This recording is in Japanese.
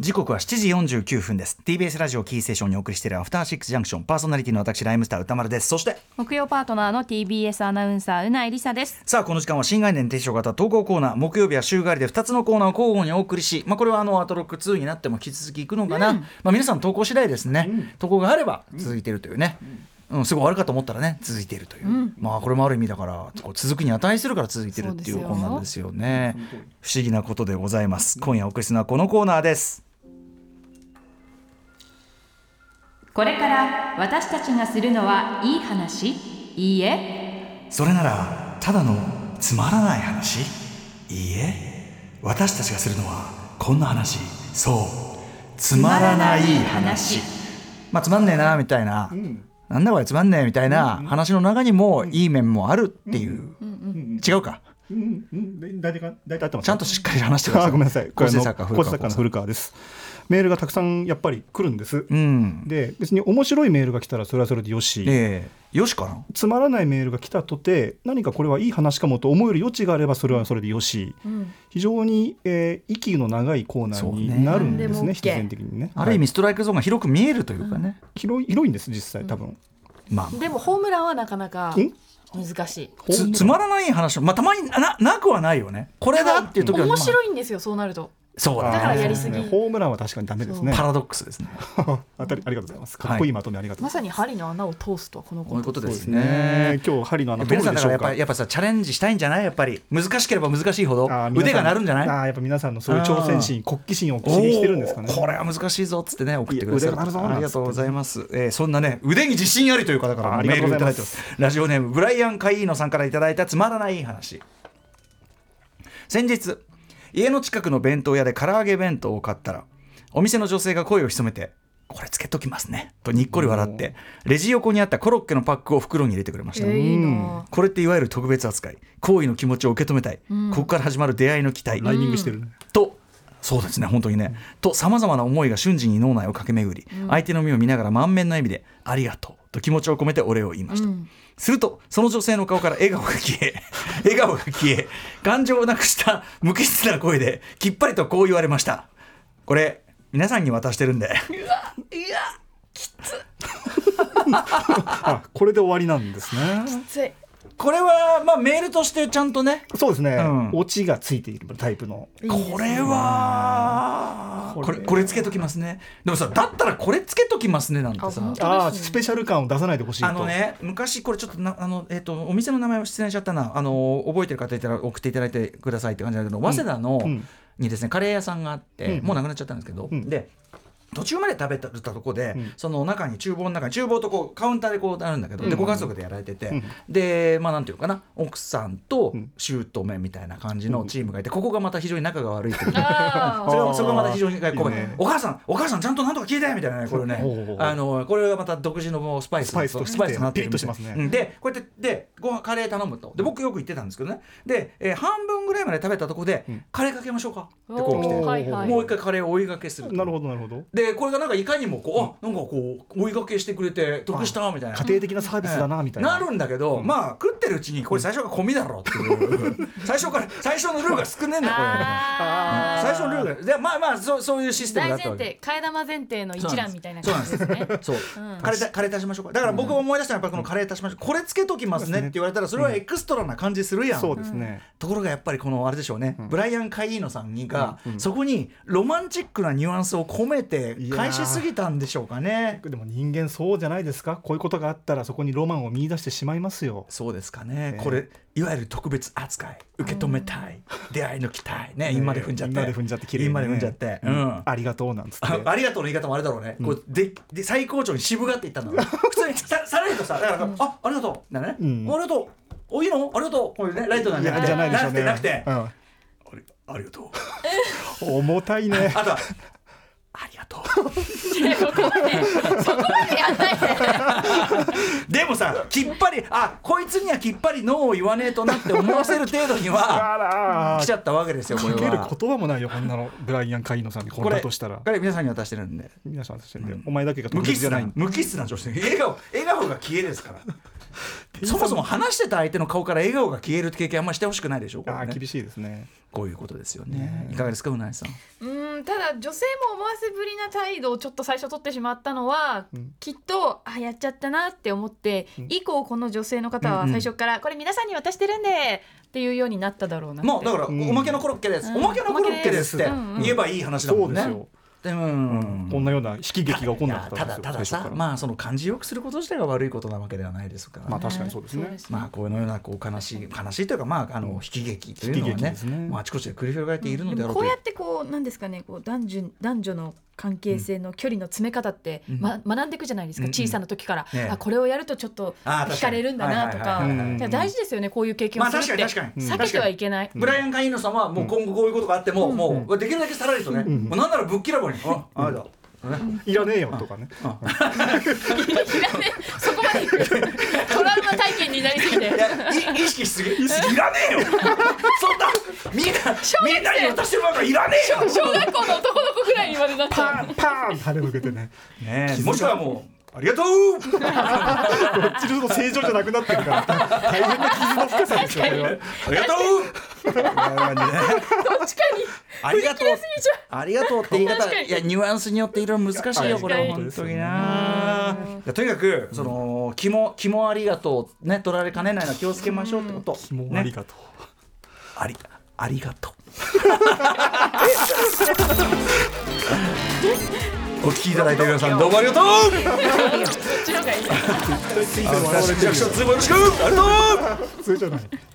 時刻は7時49分です。 TBS ラジオキーステーションにお送りしているアフターシックスジャンクション、パーソナリティの私ライムスター歌丸です。そして木曜パートナーの TBS アナウンサーうないりさです。 さあこの時間は新概念提唱型投稿コーナー、木曜日は週替わりで2つのコーナーを交互にお送りし、これはアトロック2になっても引き続きいくのかな、皆さん投稿次第ですね、投稿があれば続いているというね、すごい終わるかと思ったらね続いているという、これもある意味だからこう続くに値するから続いているっていうコーナーですよね。不思議なことでございます。今夜お送りするのはこのコーナーです。 これから私たちがするのはいい話？いいえ。 それならただのつまらない話？いいえ。私たちがするのはこんな話。そうつまらない話。つまんねえなみたいな、なんだこれつまんねえみたいな話の中にもいい面もあるっていう、違うか、 大体合ってます。 ちゃんとしっかり話してください。 ごめんなさい。 構成作家の古川です。メールがたくさんやっぱり来るんです、で別に面白いメールが来たらそれはそれでよし、 よしかな。 つまらないメールが来たとて何かこれはいい話かもと思える余地があればそれはそれでよし、非常に、息の長いコーナーになるんですね、必然的にね。 ある意味ストライクゾーンが広く見えるというかね、 広いんです実際多分、 でもホームランはなかなか難しい。つまらない話、たまに なくはないよね。これだっていう時は面白いんですよ、そうなると。 そうだからやりすぎ。 ホームランは確かにダメですね。 パラドックスですね。 ありがとうございます。かっこいいまとめありがとうございます。 まさに針の穴を通すとはこのことですね。 今日針の穴通るでしょうか。 皆さんだからやっぱさチャレンジしたいんじゃない？やっぱり難しければ難しいほど腕が鳴るんじゃない？ やっぱ皆さんのそういう挑戦心、国旗心を刺激してるんですかね。 これは難しいぞっつってね送ってくださる。ありがとうございます。そんなね腕に自信ありという方からメールをいただいてます。ラジオネームブライアン・カイーノさんからいただいたつまらない話。先日家の近くの弁当屋で唐揚げ弁当を買ったら、お店の女性が声を潜めてこれつけときますねとにっこり笑ってレジ横にあったコロッケのパックを袋に入れてくれました。 いいな。 これっていわゆる特別扱い、好意の気持ちを受け止めたい、ここから始まる出会いの期待、 ライミングしてるねと、そうですね本当にね、とさまざまな思いが瞬時に脳内を駆け巡り、相手の目を見ながら満面の笑みでありがとうと気持ちを込めてお礼を言いました。するとその女性の顔から笑顔が消え感情をなくした無機質な声できっぱりとこう言われました。これ皆さんに渡してるんで。 きつこれで終わりなんですね。 きつい。 これはメールとしてちゃんとね、 そうですね、オチがついているタイプの。 これはこれつけときますね。でもさ、だったらこれつけときますねなんてさ、 スペシャル感を出さないでほしいと。 昔これちょっとお店の名前を失念しちゃったな。覚えてる方いたら送っていただいてくださいって感じだけど、早稲田の、にですねカレー屋さんがあって、もうなくなっちゃったんですけど、で途中まで食べたとこで、その中に厨房とこうカウンターでこうあるんだけど、でご家族でやられてて、でなんていうかな、奥さんと姑みたいな感じのチームがいて、ここがまた非常に仲が悪いっていう、それがまた非常にお母さんちゃんとなんとか聞いてみたいなね、これねこれがまた独自のスパイスとなっているみたいな。でこうやってでカレー頼むと、で僕よく言ってたんですけどね、で、半分ぐらいまで食べたとこで、カレーかけましょうかってこう来て、もう一回カレーを追いがけする。 なるほどなるほど。 でこれがなんかいかにもなんかこう追いがけしてくれて得したみたいな、 家庭的なサービスだなみたいな、 なるんだけど、食ってるうちにこれ最初が込みだろっていう最初のルールが少ねえんだこれ。最初のルールがでそういうシステムだったわけ。 替え玉前提の一覧みたいな感じですね。 そうカレー足しましょうか。だから僕が思い出したのはやっぱりこのカレー足しましょう、これつけときますねって言われたらそれはエクストラな感じするやん。 そうですね。 ところがやっぱりこのあれでしょうね、ブライアン・カイーノさんがそこにロマンチックなニュアンスを込めて返しすぎたんでしょうかね。 でも人間そうじゃないですか。こういうことがあったらそこにロマンを見出してしまいますよ。 そうですかね。これいわゆる特別扱い、受け止めたい、出会いの期待ね、今まで踏んじゃって綺麗にね、今まで踏んじゃって、 ありがとうなんつって、 ありがとうの言い方もあれだろうね、こうで最高潮に渋がっていったんだろう普通にさらりとさ、だからありがとうだね、ありがとう、おいいのありがとう、こういうねライトなんじゃないでしょうね。なくてありがとう重たいね。 あとはありがとうそこまでやんないで。 でもさ、きっぱりこいつにはきっぱりノーを言わねえとなって思わせる程度には来ちゃったわけですよ。これはかける言葉もないよこんなの。ブライアン・カイーノさんにこんなとしたら、 これ皆さんに渡してるんで、 お前だけが特別じゃない。 無機質な女子、笑顔が消えですからそもそも話してた相手の顔から笑顔が消える経験あんまりしてほしくないでしょ。これね、 厳しいですね。 こういうことですよね。いかがですか、うなえさん。 ただ女性も思わせぶりな態度をちょっと最初取ってしまったのは、きっとやっちゃったなって思って、以降この女性の方は最初からこれ皆さんに渡してるんでっていうようになっただろうなって。 もうだからおまけのコロッケです、おまけのコロッケですって言えばいい話だもんね。 そうですよ。こんなような悲喜劇が起こんなかったんですよ。 たださ、まあその感じよくすること自体が悪いことなわけではないですから、 まあ確かにそうですね。 まあこのようなこう悲しいというか、まあ悲劇というのはね、まああちこちで繰り広げられているのであろうと。 こうやってこうなんですかね、こう男女の関係性の距離の詰め方って、学んでいくじゃないですか、小さな時から、これをやるとちょっと惹かれるんだなとか、大事ですよね、こういう経験をするって。避けてはいけない。 ブライアン・カイーノさんはもう今後こういうことがあっても、もうできるだけさらりとね、もうなんならぶっきらぼうにあれだいらねえよとかね。 いらねえ、そこまでいくトラウマ体験になりすぎて意識しすぎ、いらねえよそんなみんなに渡してるなんかいらねえよ。 小学校の男の子ぐらいにまでなっちゃう。 パーン羽向けてね。 もしくはもうありがとうこっちの正常じゃなくなってるから大変な傷の深さですよ。これはありがとうどっちかにありがとうありがとうって言い方、いやニュアンスによっていろいろ難しいよこれ本当にな。とにかくその気もありがとうね、取られかねないのは気をつけましょうってこと。 気もありがとう、 ありがとうお聞きいただいた皆さんどうもありがとう。 そっちの方がいい。 よろしくありがとう。 それじゃない。